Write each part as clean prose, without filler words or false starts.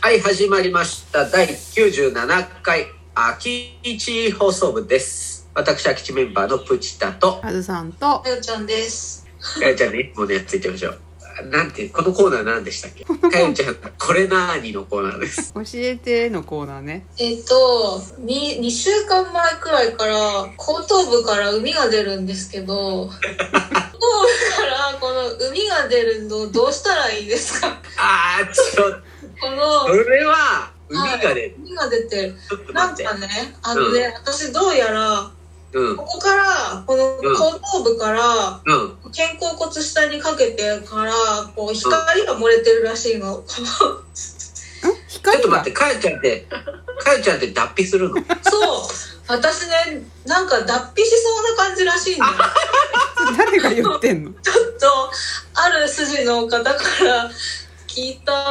はい、始まりました。第97回空き地放送部です。私、空き地メンバーのプチタとあずさんとかよちゃんです。 かよちゃんね、もうね、ついてみましょう。なんて、このコーナー何でしたっけ？かよちゃん、これなーにのコーナーです。 教えてのコーナーね。 2週間前くらいから後頭部から海が出るんですけど後頭部からこの海が出るのどうしたらいいですか？ ちょっとこのそれは海が出る、 海が出てる。なんかね、私どうやらここからこの後頭部から肩甲骨下にかけてからこう光が漏れてるらしいの。 ちょっと待って、かよちゃんって脱皮するの？ そう、私ね、なんか脱皮しそうな感じらしいんだよ。 誰が言ってんの？ ちょっとある筋の方から聞いた。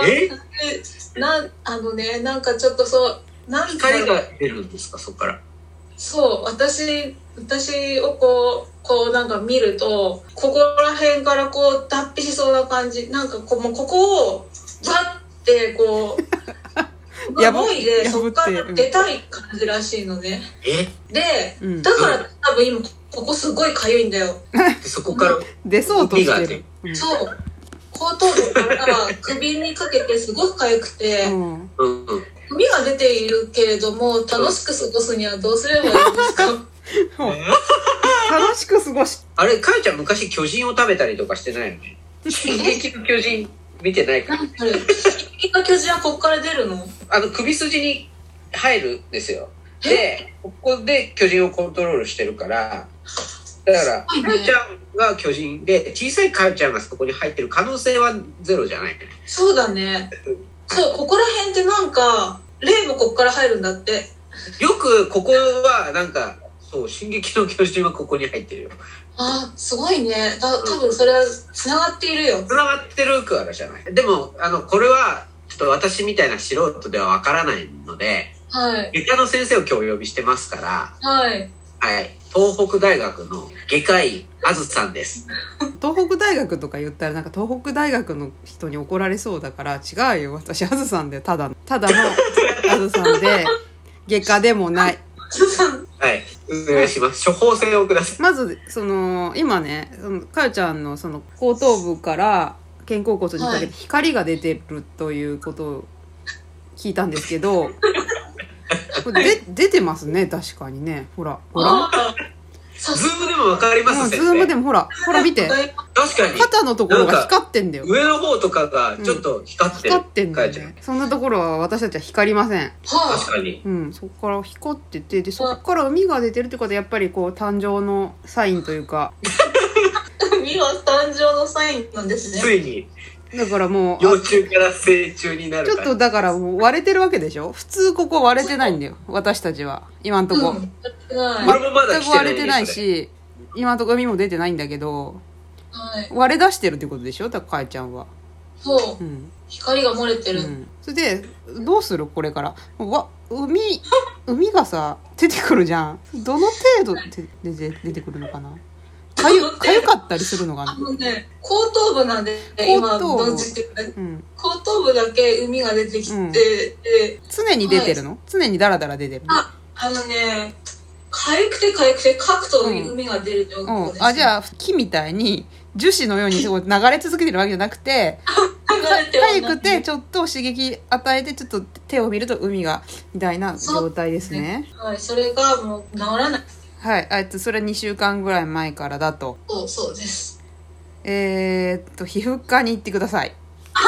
なんかちょっとそう、 光が出るんですか、そこから？そう、 私をこうなんか見ると、ここら辺からこう脱皮しそうな感じ、なんかもうここをバッてこう思いでそこから出たい感じらしいのね。で、だから多分今ここすごい痒いんだよ。 そこから出そうとしてる。 そう。後頭部から首にかけてすごく痒くて、海が出ているけれども楽しく過ごすにはどうすればいいですか？ 楽しく過ごし。 あれ、かよちゃん昔巨人を食べたりとかしてないよね？進撃の巨人見てないから。進撃の巨人はここから出るの？ 首筋に入るんですよ。で、ここで巨人をコントロールしてるから、だから、かよちゃんが巨人で、小さいかよちゃんがそこに入ってる可能性はゼロじゃないね。 そうだね。そう、ここら辺ってなんか、霊もここから入るんだって。 よく、ここはなんか、そう、進撃の巨人はここに入ってるよ。 すごいね。多分それは繋がっているよ。 繋がってるからじゃない。でも、これは、ちょっと私みたいな素人ではわからないので、 はい。 外科の先生を今日お呼びしてますから、 はい。 はい。東北大学の外科医あずさんです。 東北大学とか言ったらなんか東北大学の人に怒られそうだから違うよ。私あずさんでただのあずさんで外科でもない。 はい。お願いします。処方箋をください。 まず今ねかよちゃんの後頭部から肩甲骨にかけて光が出てるということを聞いたんですけど。これ出てますね、確かにね。ほらズームでもわかりますね。 ズームでもほら見て。 確かに肩のところが光ってんだよ。 上の方とかがちょっと光ってんだよね。そんなところは私たちは光りません。 確かに。 そこから光ってて、でそこから海が出てるってことはやっぱりこう誕生のサインというか。 海は誕生のサインなんですね。 ついに。 だからもう幼虫から成虫になるから。 ちょっとだからもう割れてるわけでしょ。普通ここ割れてないんだよ、私たちは今んとこ。 俺もまだ全く割れてないし、今んとこ海も出てないんだけど、割れ出してるってことでしょ、だからかえちゃんは。 そう、光が漏れてる。 それでどうするこれから。海がさ出てくるじゃん。どの程度で出てくるのかな。かゆかったりするのかな。 後頭部なんで今存じてくれ、後頭部だけ海が出てきて、 常に出てるの？常にダラダラ出てるの？ かゆくてかくと海が出る状況です。 じゃあ木みたいに樹脂のように流れ続けてるわけじゃなくてかゆくてちょっと刺激与えてちょっと手を見ると海がみたいな状態ですね。 はい、それがもう治らない。 はい、それは2週間ぐらい前からだと。 そうです。 皮膚科に行ってください。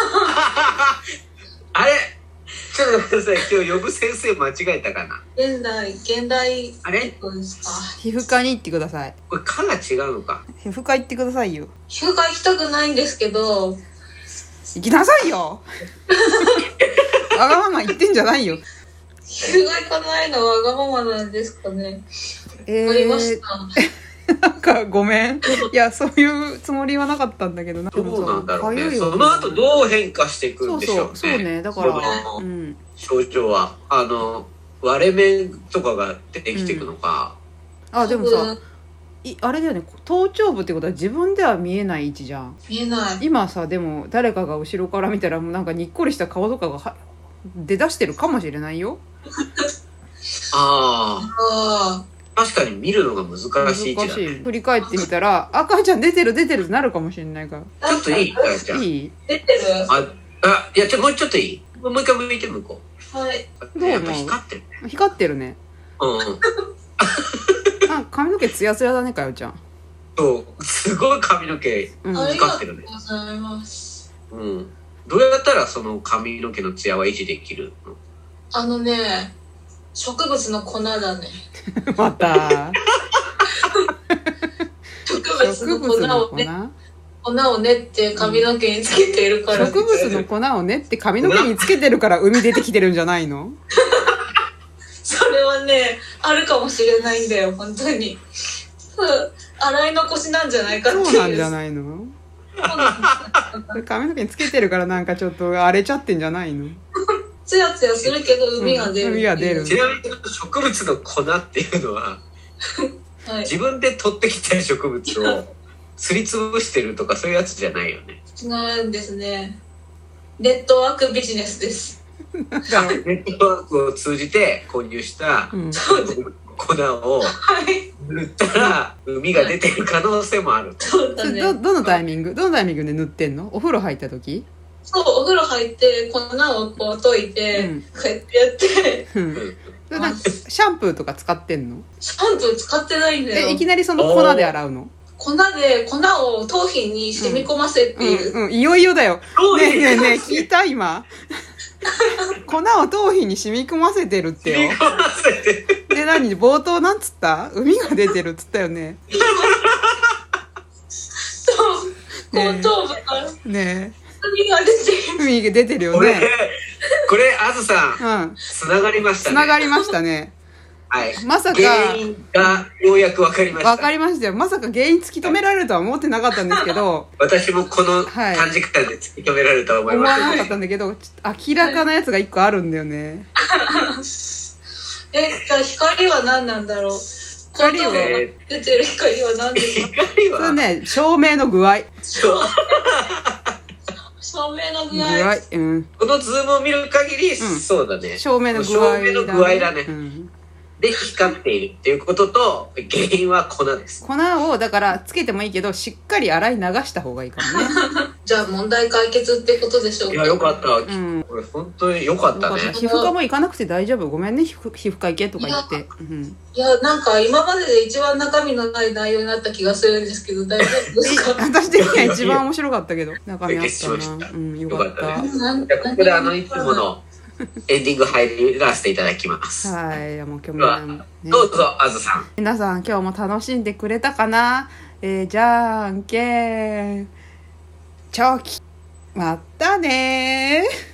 あれちょっと待ってください。今日呼ぶ先生間違えたかな。 現代あれですか。 皮膚科に行ってください。 これ科が違うのか。 皮膚科行ってくださいよ。 皮膚科行きたくないんですけど。 行きなさいよ。わがまま言ってんじゃないよ。 皮膚科行かないのはわがままなんですかね。わかりました。 なんかごめん。いやそういうつもりはなかったんだけどな。 どうなんだろうね。その後どう変化していくんでしょうね。 そうね。だから症状は割れ目とかが出てきていくのか。 でもさ。あれだよね、頭頂部ってことは自分では見えない位置じゃん。 見えない。 今さでも誰かが後ろから見たらもうなんかにっこりした顔とかが出だしてるかもしれないよ。 ああ。 あ確かに見るのが難しい位置だね。 振り返ってみたら、あかんちゃん出てるってなるかもしれないかあ。 ちょっといいかやちゃん。 いい出てる。 いや、もうちょっといい？もう一回向いて向こはい。 う。 どう思うやっぱ光ってるね。 光ってるね。 うん。 髪の毛ツヤツヤだね、かよちゃん。 そう、すごい髪の毛うん。 ありがとう光ってるね。 ございます。 うん。どうやったらその髪の毛のツヤは維持できるの？ 植物の粉だね。 また。 植物の粉を練って髪の毛につけてるから。 植物の粉を練って髪の毛につけてるから海出てきてるんじゃないの？ それはね、あるかもしれないんだよ、本当に。洗い残しなんじゃないかっていう。 そうなんじゃないの？髪の毛につけてるからなんかちょっと荒れちゃってんじゃないの？ ツヤツヤするけど海が出る、 海が出る。 ちなみに植物の粉っていうのは、 はい、 自分で取ってきた植物をすりつぶしてるとかそういうやつじゃないよね。 違うんですね。ネットワークビジネスです。 ネットワークを通じて購入した、 うん、 粉を塗ったら海が出てる可能性もある。 そうだね。 どのタイミングで塗ってんの？お風呂入った時？ そう、お風呂入って粉をこう溶いて、こうやってやって、 なんかシャンプーとか使ってんの？ シャンプー使ってないんだよ。 いきなりその粉で洗うの？ 粉を頭皮に染み込ませっていう。 いよいよだよ。ねえ聞いた今。粉を頭皮に染み込ませてるってよ。で冒頭なんつった？海が出てるっつったよね。 後頭部からねえ。 海が出てるよね。 これあずさん、つながりましたね。 つながりましたね。 はい。 まさか原因がようやく分かりました。 分かりましたよ。まさか原因突き止められるとは思ってなかったんですけど。 私もこの短時間で突き止められるとは思いました、 思わなかったんだけど、明らかなやつが一個あるんだよね。 じゃあ光は何なんだろう。光は出てる光は何ですか？ 光はそれね、照明の具合。 照明の具合。 このズームを見る限り、そうだね。 照明の具合だね。 で、光っているっていうことと、原因は粉です。 粉を、だから、つけてもいいけど、しっかり洗い流した方がいいかもね。 じゃあ、問題解決ってことでしょうか？ いや、よかった。これ、本当によかったね。 皮膚科も行かなくて大丈夫。ごめんね、皮膚科行けとか言って。 いや、なんか、今までで一番中身のない内容になった気がするんですけど、大丈夫ですか？ 私的には一番面白かったけど、中身あったな。よかった。 ここでいつもの、エンディング入らせていただきます。 はい。もう今日も、 どうぞ、あずさん。 皆さん、今日も楽しんでくれたかな？じゃんけん、チョキ。またねー。